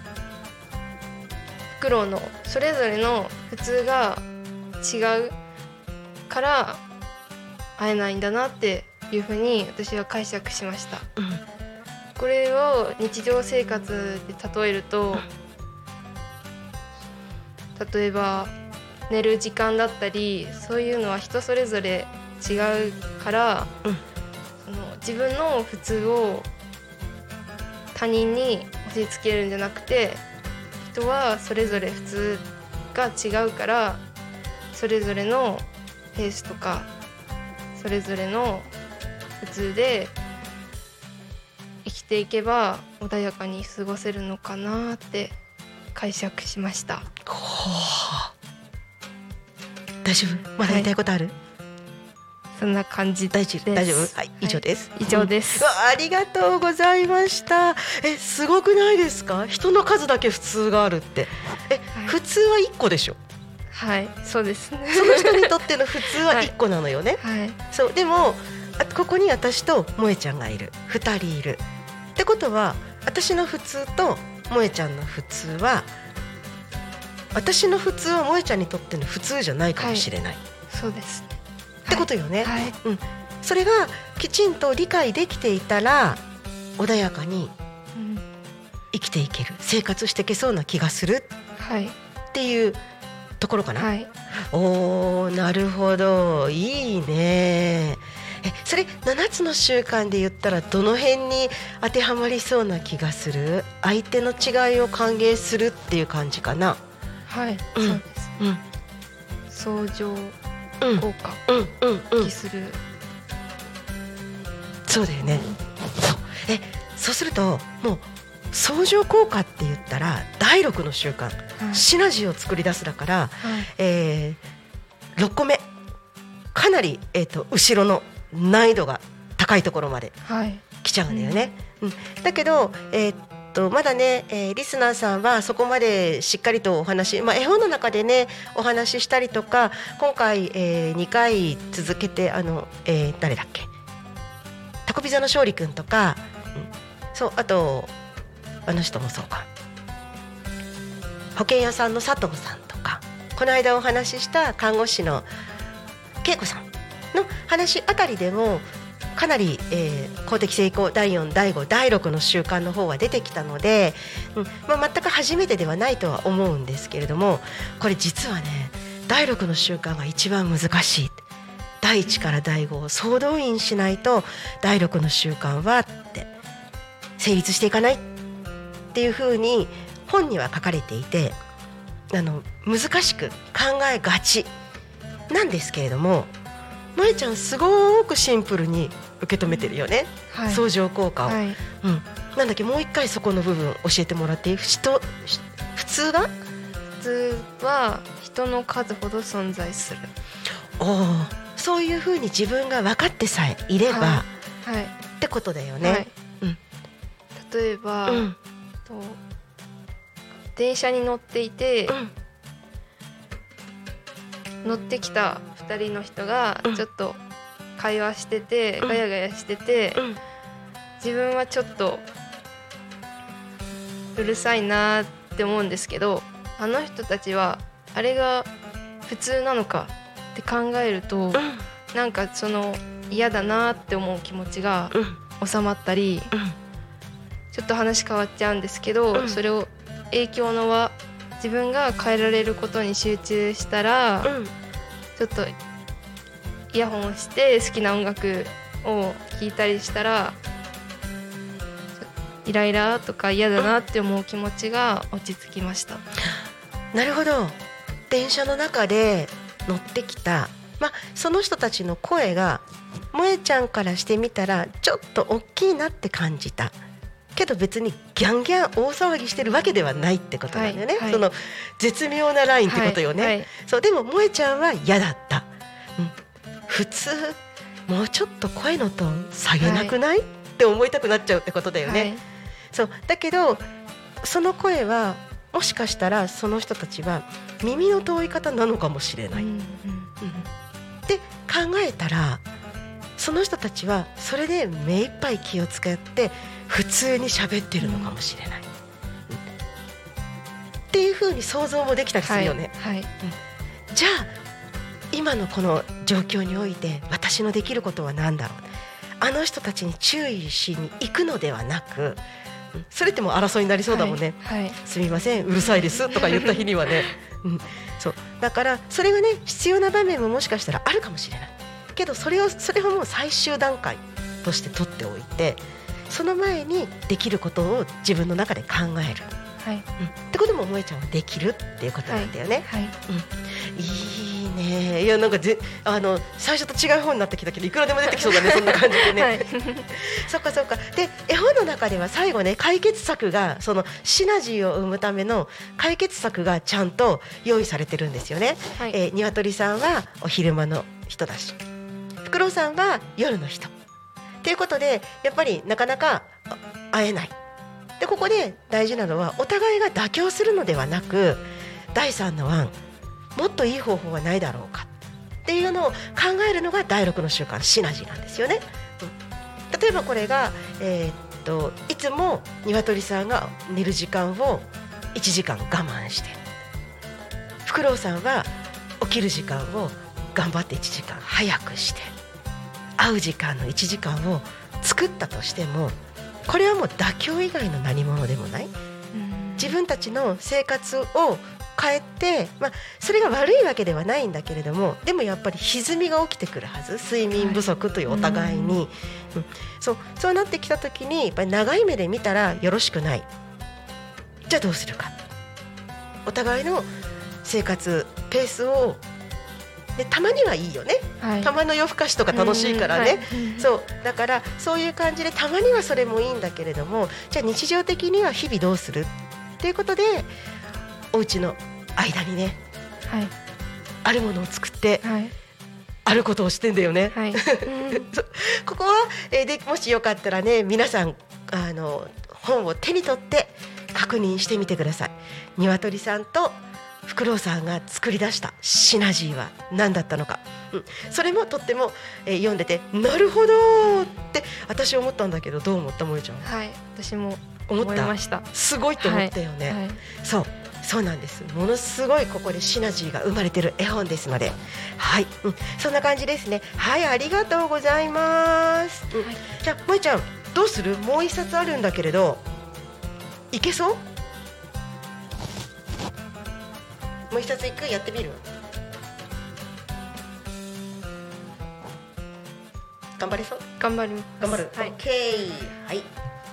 フクロウのそれぞれの普通が違うから会えないんだなっていうふうに私は解釈しました。これを日常生活で例えると、例えば寝る時間だったり、そういうのは人それぞれ違うから、その自分の普通を他人に押し付けるんじゃなくて、人はそれぞれ普通が違うから、それぞれのペースとかそれぞれの普通で生きていけば穏やかに過ごせるのかなって解釈しました。 大丈夫？まだ言いたいことある？ そんな感じです。 大丈夫？はい、以上です。 以上です。 ありがとうございました。すごくないですか？人の数だけ普通があるって。普通は1個でしょ？ はい、そうですね。 その人にとっての普通は1個なのよね。そう、でもここに私と萌ちゃんがいる、2人いるってことは、私の普通と萌ちゃんの普通は、私の普通は萌ちゃんにとっての普通じゃないかもしれない。 そうですね。 ってことよね。それがきちんと理解できていたら穏やかに生きていける、生活していけそうな気がするっていうところかな。なるほど、いいね。それ7つの習慣で言ったらどの辺に当てはまりそうな気がする？相手の違いを歓迎するっていう感じかな。 はい、そうです。相乗効果にする。 そうだよね。そうするともう相乗効果って言ったら第6の習慣、シナジーを作り出すだから、6個目かなり、後ろの難易度が高いところまで来ちゃうんだよね。だけど、まだね、リスナーさんはそこまでしっかりとお話、絵本の中でねお話ししたりとか、今回、2回続けて誰だっけ、タコピザの勝利くんとか、そう、あとあの人もそうか、保険屋さんの佐藤さんとか、この間お話しした看護師の恵子さんの話あたりでもかなり、公的成功第4、第5、第6の習慣の方は出てきたので、全く初めてではないとは思うんですけれども、これ実はね第6の習慣が一番難しい。第1から第5を総動員しないと第6の習慣はって成立していかないっていうふうに本には書かれていて、難しく考えがちなんですけれども、萌ちゃんすごくシンプルに受け止めてるよね、相乗効果を。なんだっけ、もう一回そこの部分教えてもらっていい？普通は人の数ほど存在する。 そういうふうに自分が分かってさえいれば、ってことだよね。 例えば、電車に乗っていて、乗ってきた2人の人がちょっと会話してて、ガヤガヤしてて、自分はちょっとうるさいなって思うんですけど、あの人たちはあれが普通なのかって考えると、なんかその嫌だなって思う気持ちが収まったり、ちょっと話変わっちゃうんですけど、それを影響の輪、自分が変えられることに集中したら、ちょっとイヤホンをして好きな音楽を聴いたりしたら、イライラとか嫌だなって思う気持ちが落ち着きました。 なるほど。電車の中で乗ってきた、その人たちの声が萌ちゃんからしてみたらちょっと大きいなって感じたけど、別にギャンギャン大騒ぎしてるわけではないってことなんだよね、その絶妙なラインってことよね、そう。でも萌ちゃんは嫌だった、普通もうちょっと声のトーン下げなくない、っって思いたくなっちゃうってことだよね、はい、そうだけどその声はもしかしたらその人たちは耳の遠い方なのかもしれない、って考えたらその人たちはそれで目いっぱい気を使って普通に喋ってるのかもしれない、っていう風に想像もできたりするよね、はいはい、じゃあ今のこの状況において私のできることは何だろう、あの人たちに注意しに行くのではなく、それってもう争いになりそうだもんね、はいはい、すみませんうるさいですとか言った日にはね、そうだからそれがね必要な場面ももしかしたらあるかもしれないけど、それはもう最終段階として取っておいて、その前にできることを自分の中で考える、はい、ってことも萌ちゃんはできるっていうことなんだよね、はいはい、いいね。いやなんか最初と違う本になってきたけどいくらでも出てきそうだねそんな感じでね、はい、そっかそっか。で絵本の中では最後ね解決策がそのシナジーを生むための解決策がちゃんと用意されてるんですよね、はい、鶏さんはお昼間の人だしフクロウさんは夜の人ということでやっぱりなかなか会えない。でここで大事なのはお互いが妥協するのではなく、第3の案もっといい方法はないだろうかっていうのを考えるのが第6の習慣シナジーなんですよね、例えばこれが、いつも鶏さんが寝る時間を1時間我慢して、フクロウさんは起きる時間を頑張って1時間早くして、会う時間の1時間を作ったとしてもこれはもう妥協以外の何者でもない、自分たちの生活を変えて、それが悪いわけではないんだけれども、でもやっぱり歪みが起きてくるはず、睡眠不足というお互いに、そうなってきた時にやっぱり長い目で見たらよろしくない。じゃあどうするか、お互いの生活ペースをでたまにはいいよね、はい、たまの夜更かしとか楽しいからね、そうだからそういう感じでたまにはそれもいいんだけれども、じゃあ日常的には日々どうするっていうことでお家の間にね、はい、あるものを作って、はい、あることをしてんだよね、はいここは、でもしよかったらね皆さん本を手に取って確認してみてください。鶏さんとフクロウさんが作り出したシナジーは何だったのか、それもとっても、読んでてなるほどって私思ったんだけど、どう思った萌ちゃん？ はい、私も思いました。 すごいと思ったよね、はいはい、そうなんです。ものすごいここでシナジーが生まれてる絵本ですので、はい、そんな感じですね。はい、ありがとうございます、はい、じゃあ萌ちゃんどうする？もう一冊あるんだけれどいけそう？もう一冊やってみる？頑張れそう？ 頑張る、 はい、OK、はい、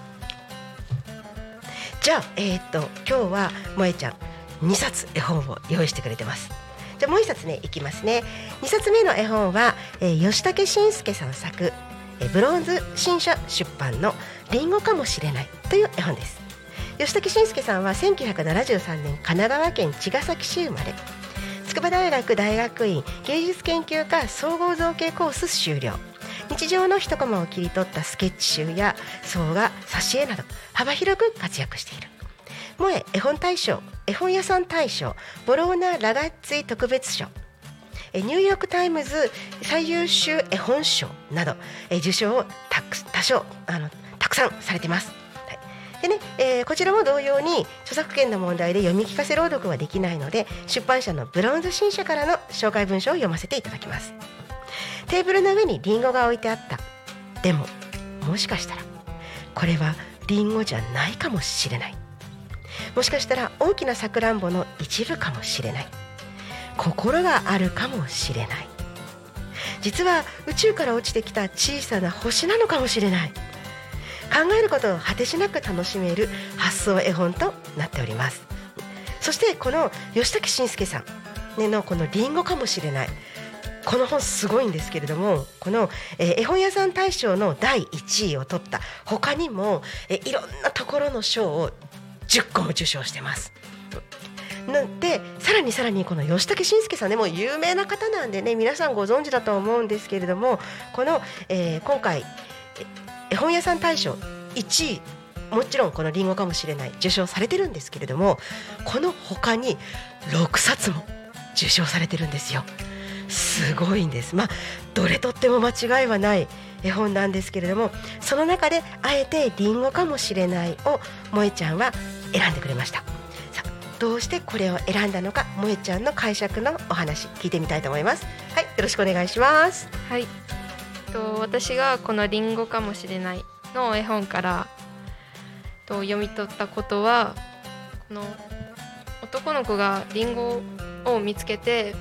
じゃあ、今日は萌ちゃん2冊絵本を用意してくれてます。じゃあもう一冊ねいきますね。2冊目の絵本は、吉武慎介さん作、ブロンズ新社出版のリンゴかもしれないという絵本です。吉武慎介さんは1973年神奈川県茅ヶ崎市生まれ、筑波大学大学院芸術研究科総合造形コース修了。日常の一コマを切り取ったスケッチ集や草画、挿絵など幅広く活躍している。萌え絵本大賞、絵本屋さん大賞、ボローナ・ラガッツィ特別賞、ニューヨークタイムズ最優秀絵本賞など受賞をたくさんされています。でね、こちらも同様に著作権の問題で読み聞かせ朗読はできないので、出版社のブロンズ新社からの紹介文章を読ませていただきます。テーブルの上にリンゴが置いてあった。でももしかしたらこれはリンゴじゃないかもしれない。もしかしたら大きなさくらんぼの一部かもしれない。心があるかもしれない。実は宇宙から落ちてきた小さな星なのかもしれない。考えることを果てしなく楽しめる発想絵本となっております。そしてこの吉武慎介さんのこのリンゴかもしれない、この本すごいんですけれども、この絵本屋さん大賞の第1位を取った他にもいろんなところの賞を10個も受賞してます。でさらにこの吉武慎介さんね、もう有名な方なんでね皆さんご存知だと思うんですけれども、この、今回絵絵本屋さん大賞1位、もちろんこのリンゴかもしれない受賞されてるんですけれども、この他に6冊も受賞されてるんですよ。すごいんです。どれとっても間違いはない絵本なんですけれども、その中であえてリンゴかもしれないを萌ちゃんは選んでくれました。さあ、どうしてこれを選んだのか、萌ちゃんの解釈のお話聞いてみたいと思います。はい、よろしくお願いします。 はい、私がこのリンゴかもしれないの絵本から読み取ったことは、この男の子がリンゴを見つけて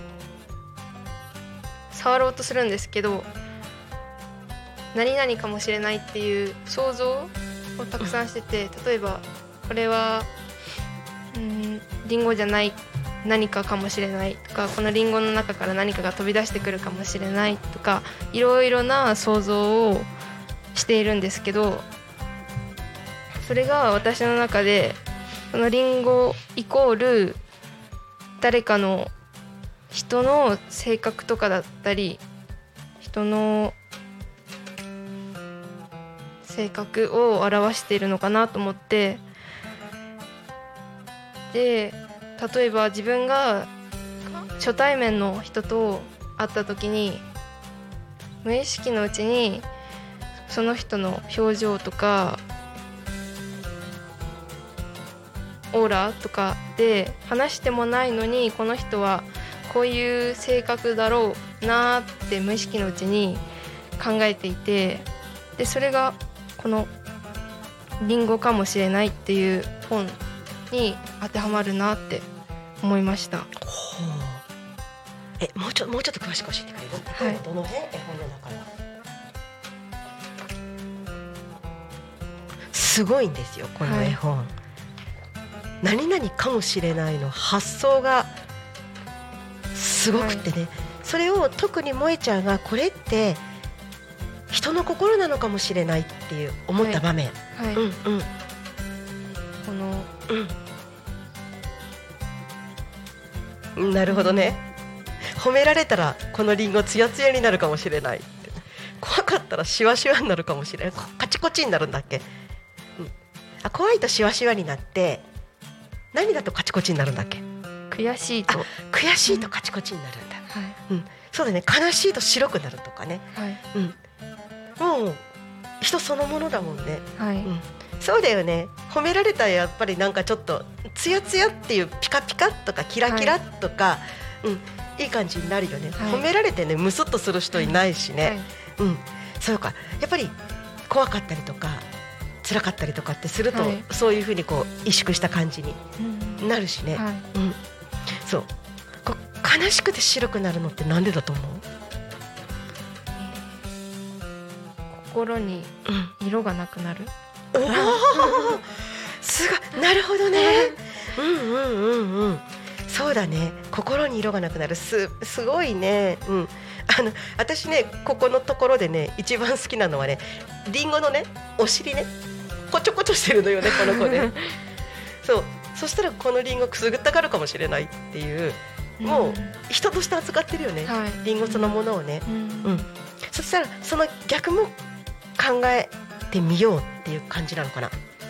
触ろうとするんですけど、何々かもしれないっていう想像をたくさんしてて、例えばこれはリンゴじゃない何かかもしれないとか、このリンゴの中から何かが飛び出してくるかもしれないとか、いろいろな想像をしているんですけど、それが私の中でこのリンゴイコール誰かの人の性格とかだったり、人の性格を表しているのかなと思って、で例えば自分が初対面の人と会った時に、無意識のうちにその人の表情とかオーラとかで話してもないのに、この人はこういう性格だろうなって無意識のうちに考えていて、でそれがこのリンゴかもしれないっていう本に当てはまるなって思いました。 もうちょっと詳しく教えてくれる？はい、どの辺？絵本の中のすごいんですよ、この絵本。はい、何々かもしれないの発想がすごくってね、はい、それを特に萌ちゃんがこれって人の心なのかもしれないっていう思った場面、はいはい、 この、 なるほどね、褒められたらこのリンゴツヤツヤになるかもしれない、怖かったらシワシワになるかもしれない、カチコチになるんだっけ、怖いとシワシワになって、何だとカチコチになるんだっけ、 悔しいとカチコチになるんだ、そうだね、悲しいと白くなるとかね、もう人そのものだもんね、そうだよね。褒められたらやっぱりなんかちょっとツヤツヤっていうピカピカとかキラキラとか、いい感じになるよね、褒められてねムスッとする人いないしね、そうか、やっぱり怖かったりとか辛かったりとかってすると、そういうふうにこう萎縮した感じになるしね、そう悲しくて白くなるのってなんでだと思う？ 心に色がなくなる、 すごい、なるほどね、そうだね、心に色がなくなる、すごいね、私ね、ここのところでね一番好きなのはね、リンゴのねお尻ね、こちょこちょしてるのよね、この子ねそしたらこのリンゴくすぐったがるかもしれないっていう、もう人として扱ってるよね、リンゴそのものをね、そしたらその逆も考えてみようっていう感じなのかな。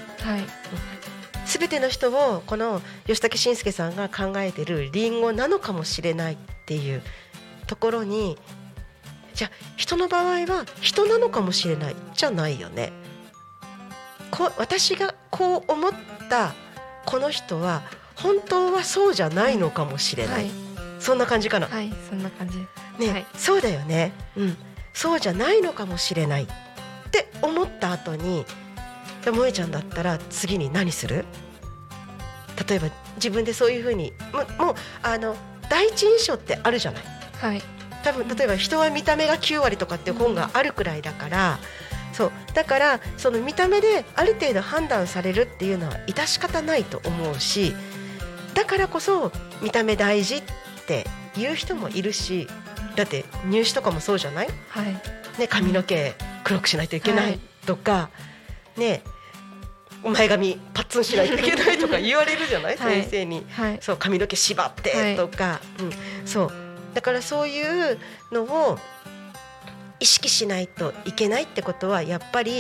全ての人をこの吉武慎介さんが考えてるリンゴなのかもしれないっていうところに、じゃあ人の場合は人なのかもしれないじゃないよね。私がこう思ったこの人は本当はそうじゃないのかもしれない、そんな感じかな。 そんな感じね、そうだよね、そうじゃないのかもしれないって思った後に、萌ちゃんだったら次に何する？例えば自分でそういうふうにもう第一印象ってあるじゃない、多分例えば人は見た目が9割とかっていう本があるくらいだから、そうだからその見た目である程度判断されるっていうのは致し方ないと思うし、だからこそ見た目大事って言う人もいるし、だって入試とかもそうじゃない、髪の毛黒くしないといけないとか、前髪パッツンしないといけないとか言われるじゃない、先生に、そう髪の毛縛ってとか、そうだからそういうのを意識しないといけないってことは、やっぱり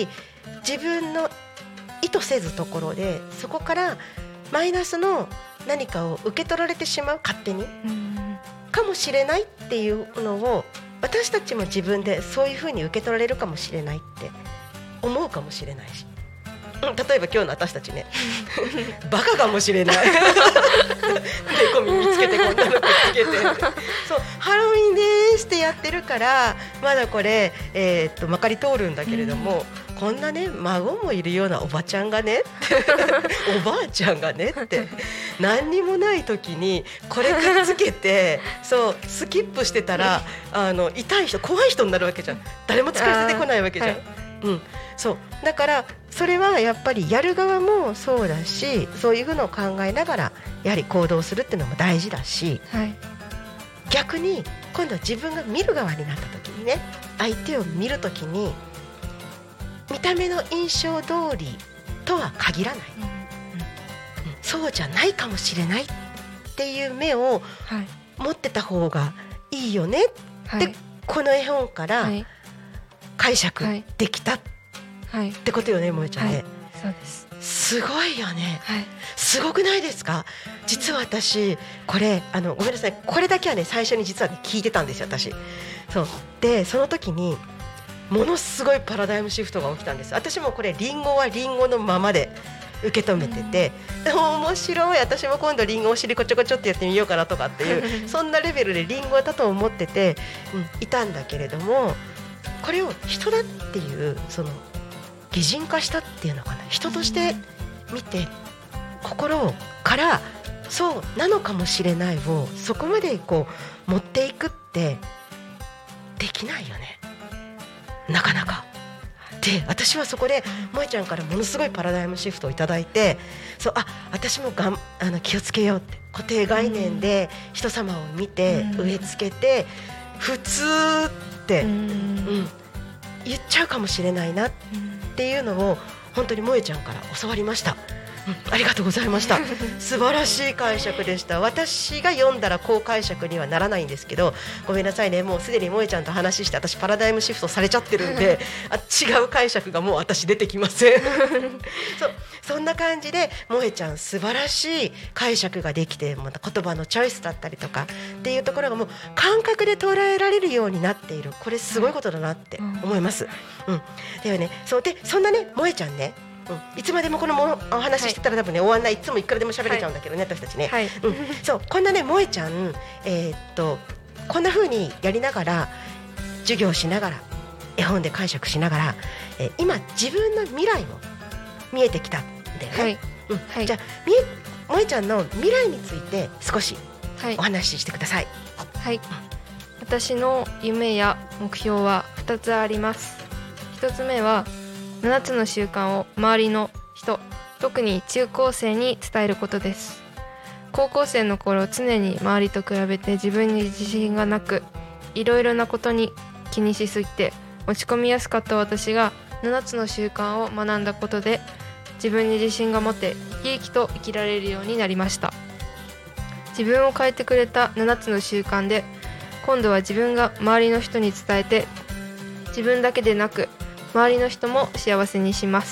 自分の意図せずところでそこからマイナスの何かを受け取られてしまう勝手にかもしれないっていうのを私たちも自分でそういうふうに受け取られるかもしれないって思うかもしれないし、例えば今日の私たちねバカかもしれない猫耳つけてこんなのくっつけてそうハロウィンですってやってるからまだこれ、まかり通るんだけれども、こんなね孫もいるようなおばちゃんがねおばあちゃんがねって何にもない時にこれくっつけてそうスキップしてたら痛い人怖い人になるわけじゃん。誰も使わせてこないわけじゃん、そうだからそれはやっぱりやる側もそうだし、そういうのを考えながらやはり行動するっていうのも大事だし、逆に今度は自分が見る側になった時にね、相手を見る時に見た目の印象通りとは限らない、そうじゃないかもしれないっていう目を持ってた方がいいよねって、この絵本から解釈できたってことよね、萌ちゃんね。 そうです。 すごいよね、すごくないですか。実は私これごめんなさい、これだけはね最初に実は、ね、聞いてたんですよ私。そうでその時にものすごいパラダイムシフトが起きたんです。私もこれリンゴはリンゴのままで受け止めてて、面白い、私も今度リンゴを尻こちょこちょってやってみようかなとかっていうそんなレベルでリンゴだと思ってて、いたんだけれども、これを人だっていうその擬人化したっていうのかな、人として見て心からそうなのかもしれないをそこまでこう持っていくってできないよね、なかなか。で私はそこで萌ちゃんからものすごいパラダイムシフトをいただいて、私も気をつけようって、固定概念で人様を見て植え付けて普通って言っちゃうかもしれないなっていうのを本当に萌ちゃんから教わりました。ありがとうございました。素晴らしい解釈でした。私が読んだらこう解釈にはならないんですけど、ごめんなさいね、もうすでに萌ちゃんと話して私パラダイムシフトされちゃってるんで違う解釈がもう私出てきませんそんな感じで萌ちゃん素晴らしい解釈ができて、また言葉のチョイスだったりとかっていうところがもう感覚で捉えられるようになっている。これすごいことだなって思います、ではね、そんなね萌ちゃんね、いつまでもこのお話してたら多分ね終わんない、いつもいくらでも喋れちゃうんだけどね、私たちね、そうこんなね萌ちゃん、こんな風にやりながら授業しながら絵本で解釈しながら、今自分の未来も見えてきたんだよね、じゃあ萌ちゃんの未来について少しお話ししてください。 私の夢や目標は2つあります。1つ目は7つの習慣を周りの人、特に中高生に伝えることです。高校生の頃、常に周りと比べて自分に自信がなく、いろいろなことに気にしすぎて落ち込みやすかった私が7つの習慣を学んだことで自分に自信が持て生き生きと生きられるようになりました。自分を変えてくれた7つの習慣で、今度は自分が周りの人に伝えて、自分だけでなく周りの人も幸せにします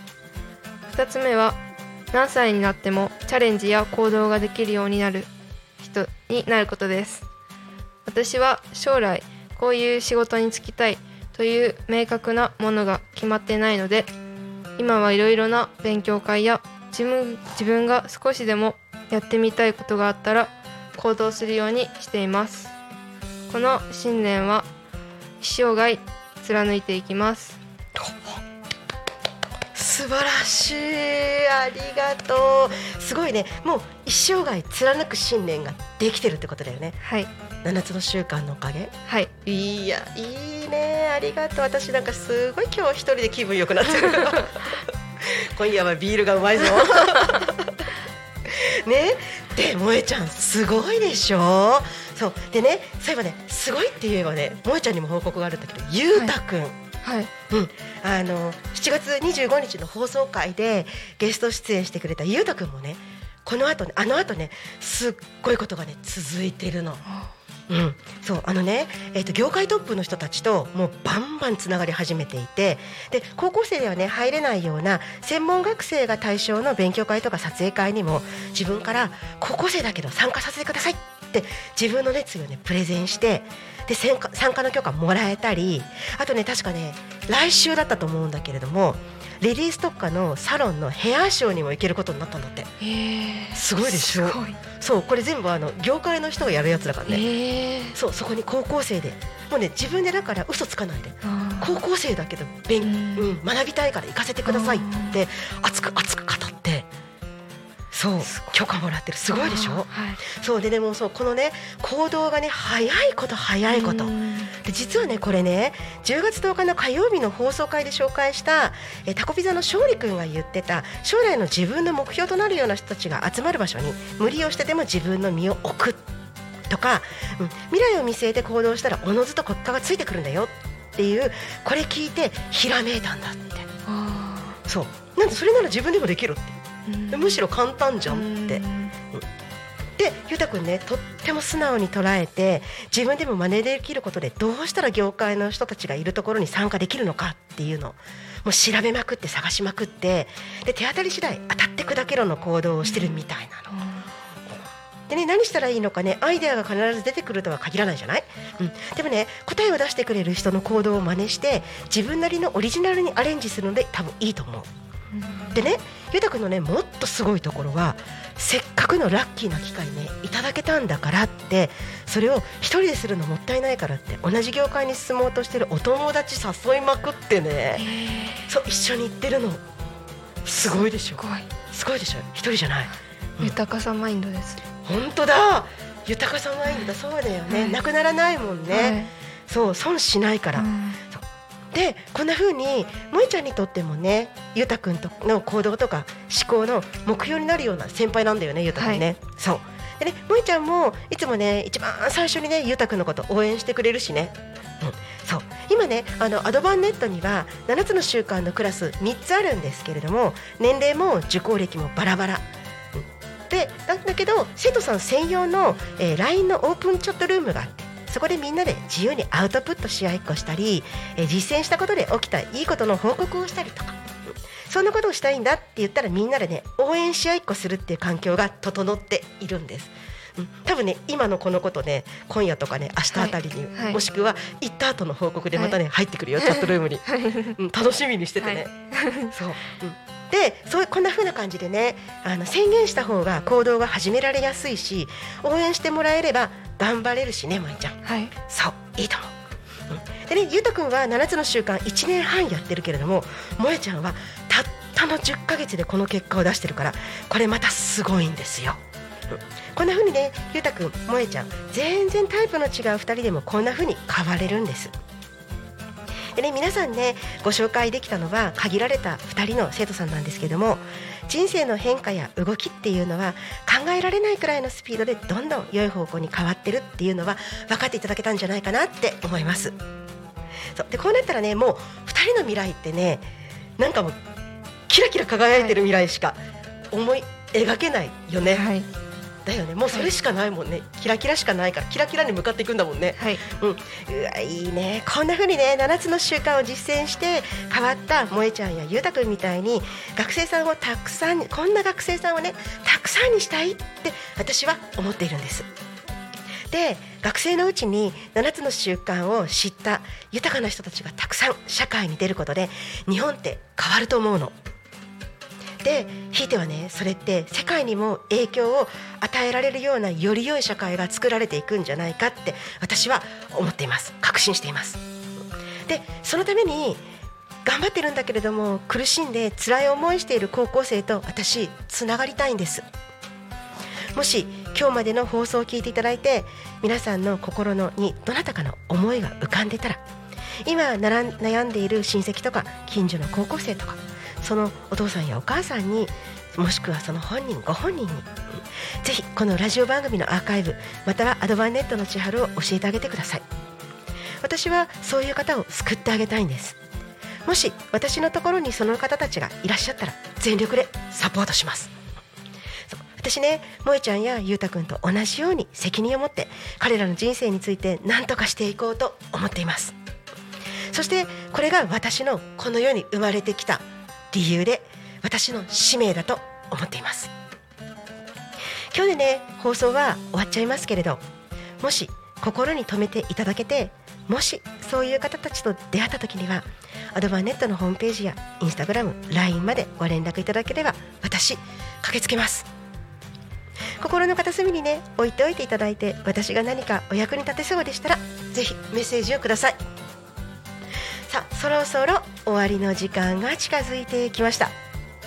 。2つ目は何歳になってもチャレンジや行動ができるようになる人になることです。私は将来こういう仕事に就きたいという明確なものが決まってないので、今はいろいろな勉強会や自分が少しでもやってみたいことがあったら行動するようにしています。この信念は一生涯貫いていきます。 素晴らしい、ありがとう。すごいね、もう一生涯貫く信念ができてるってことだよね。7つの習慣のおかげ。いやいいね、ありがとう。私なんかすごい今日一人で気分良くなってる今夜はビールがうまいぞね、で萌ちゃんすごいでしょ。そうでね、そういえばね、すごいって言えばね、萌ちゃんにも報告があるんだけど、ゆうたくん、7月25日の放送回でゲスト出演してくれたゆうたくんもね、この後ね、すっごいことがね続いてるの。 そう業界トップの人たちともうバンバンつながり始めていて、で高校生ではね入れないような専門学生が対象の勉強会とか撮影会にも自分から高校生だけど参加させてくださいって自分の熱意をねプレゼンして、で参加の許可もらえたり、あとね確かね来週だったと思うんだけれどもレディース特化のサロンのヘアショーにも行けることになったんだって。すごいでしょ。そうこれ全部業界の人がやるやつだからね。そこに高校生でもうね自分でだから嘘つかないで高校生だけど学びたいから行かせてくださいって熱く語ってそう許可もらってる。すごいでしょ。そうでもこのね行動がね早いことで、実はねこれね10月10日の火曜日の放送会で紹介したタコピザの勝利くんが言ってた将来の自分の目標となるような人たちが集まる場所に無理をしてでも自分の身を置くとか、未来を見据えて行動したらおのずと結果がついてくるんだよっていう、これ聞いてひらめいたんだって。そうなんでそれなら自分でもできるって、むしろ簡単じゃんって。でゆうたくんねとっても素直に捉えて自分でも真似できることでどうしたら業界の人たちがいるところに参加できるのかっていうのをもう調べまくって探しまくって、で手当たり次第当たって砕けろの行動をしてるみたいなの。でね、何したらいいのかねアイデアが必ず出てくるとは限らないじゃない、でもね答えを出してくれる人の行動を真似して自分なりのオリジナルにアレンジするので多分いいと思う。でねゆうたくんのねもっとすごいところはせっかくのラッキーな機会ねいただけたんだからって、それを一人でするのもったいないからって同じ業界に進もうとしてるお友達誘いまくってね、そう一緒に行ってるの。すごいでしょ。すごいでしょ。一人じゃない、 豊かさマインドです。 本当だ、豊かさマインドだ。そうだよね、なくならないもんね、そう損しないから、でこんな風に萌ちゃんにとってもねゆうたくんの行動とか思考の目標になるような先輩なんだよねゆうたくんね、そうでね萌ちゃんもいつもね一番最初にねゆうたくんのこと応援してくれるしね、そう今ねアドバンネットには7つの習慣のクラス3つあるんですけれども、年齢も受講歴もバラバラでだけど生徒さん専用の、LINE のオープンチャットルームがあって、そこでみんなで自由にアウトプットし合いっこしたり、実践したことで起きたいいことの報告をしたりとか、そんなことをしたいんだって言ったらみんなでね応援し合いっこするっていう環境が整っているんです。多分ね今のこのことね今夜とかね明日あたりに、もしくは行った後の報告でまたね、入ってくるよチャットルームに、楽しみにしててね、そう、でこんな風な感じでね宣言した方が行動が始められやすいし、応援してもらえれば頑張れるしね萌ちゃん、そういいと思う、でねゆうたくんは7つの習慣1年半やってるけれども、萌ちゃんはたったの10ヶ月でこの結果を出してるから、これまたすごいんですよ。こんな風にねゆうたくん萌ちゃん全然タイプの違う2人でもこんな風に変われるんです。でね、皆さんねご紹介できたのは限られた2人の生徒さんなんですけども、人生の変化や動きっていうのは考えられないくらいのスピードでどんどん良い方向に変わってるっていうのは分かっていただけたんじゃないかなって思います。そうでこうなったらねもう2人の未来ってねなんかもうキラキラ輝いてる未来しか思い描けないよね、だよね。もうそれしかないもんね、キラキラしかないからキラキラに向かっていくんだもんね、うわいいね。こんな風にね7つの習慣を実践して変わった萌ちゃんやゆうたくんみたいに学生さんをたくさんこんな学生さんをねたくさんにしたいって私は思っているんです。で学生のうちに7つの習慣を知った豊かな人たちがたくさん社会に出ることで日本って変わると思うので、ひいてはねそれって世界にも影響を与えられるようなより良い社会が作られていくんじゃないかって私は思っています。確信しています。でそのために頑張ってるんだけれども苦しんで辛い思いしている高校生と私つながりたいんです。もし今日までの放送を聞いていただいて皆さんの心にどなたかの思いが浮かんでたら、今悩んでいる親戚とか近所の高校生とかそのお父さんやお母さんに、もしくはそのご本人にぜひこのラジオ番組のアーカイブまたはアドバンネットの千春を教えてあげてください。私はそういう方を救ってあげたいんです。もし私のところにその方たちがいらっしゃったら全力でサポートします。 私ね、萌ちゃんやゆうたくんと同じように責任を持って彼らの人生について何とかしていこうと思っています。そしてこれが私のこの世に生まれてきた理由で、私の使命だと思っています。今日でね、放送は終わっちゃいますけれど、もし心に留めていただけて、もしそういう方たちと出会った時には、アドバンネットのホームページやインスタグラム、LINE までご連絡いただければ、私駆けつけます。心の片隅にね、置いておいていただいて、私が何かお役に立てそうでしたら、ぜひメッセージをください。さあ、そろそろ終わりの時間が近づいてきました。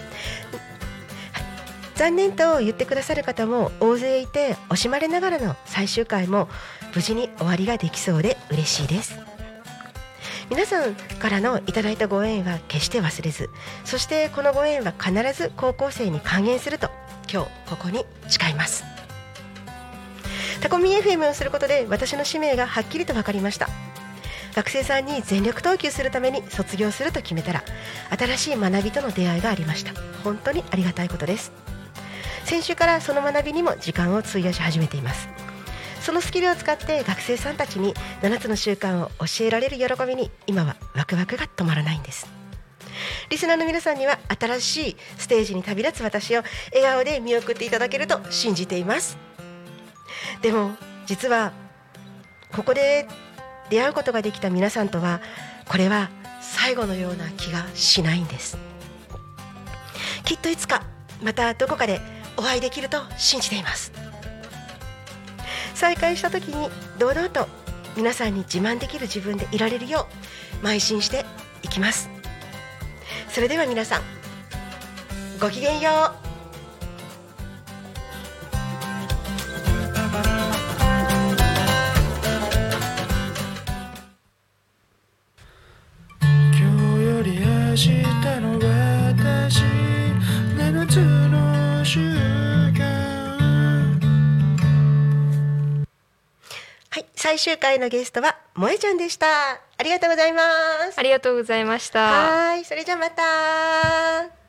残念と言ってくださる方も大勢いて、惜しまれながらの最終回も無事に終わりができそうで嬉しいです。皆さんからのいただいたご縁は決して忘れず、そしてこのご縁は必ず高校生に還元すると今日ここに誓います。タコミ FM をすることで私の使命がはっきりと分かりました。学生さんに全力投球するために卒業すると決めたら、新しい学びとの出会いがありました。本当にありがたいことです。先週からその学びにも時間を費やし始めています。そのスキルを使って学生さんたちに7つの習慣を教えられる喜びに、今はワクワクが止まらないんです。リスナーの皆さんには新しいステージに旅立つ私を笑顔で見送っていただけると信じています。でも実はここで出会うことができた皆さんとは、これは最後のような気がしないんです。きっといつかまたどこかでお会いできると信じています。再会した時に堂々と皆さんに自慢できる自分でいられるよう邁進していきます。それでは皆さん、ごきげんよう。 明日の私、7つの習慣。 はい、最終回のゲストは萌ちゃんでした。ありがとうございます。 ありがとうございました。 はい、それじゃあまた。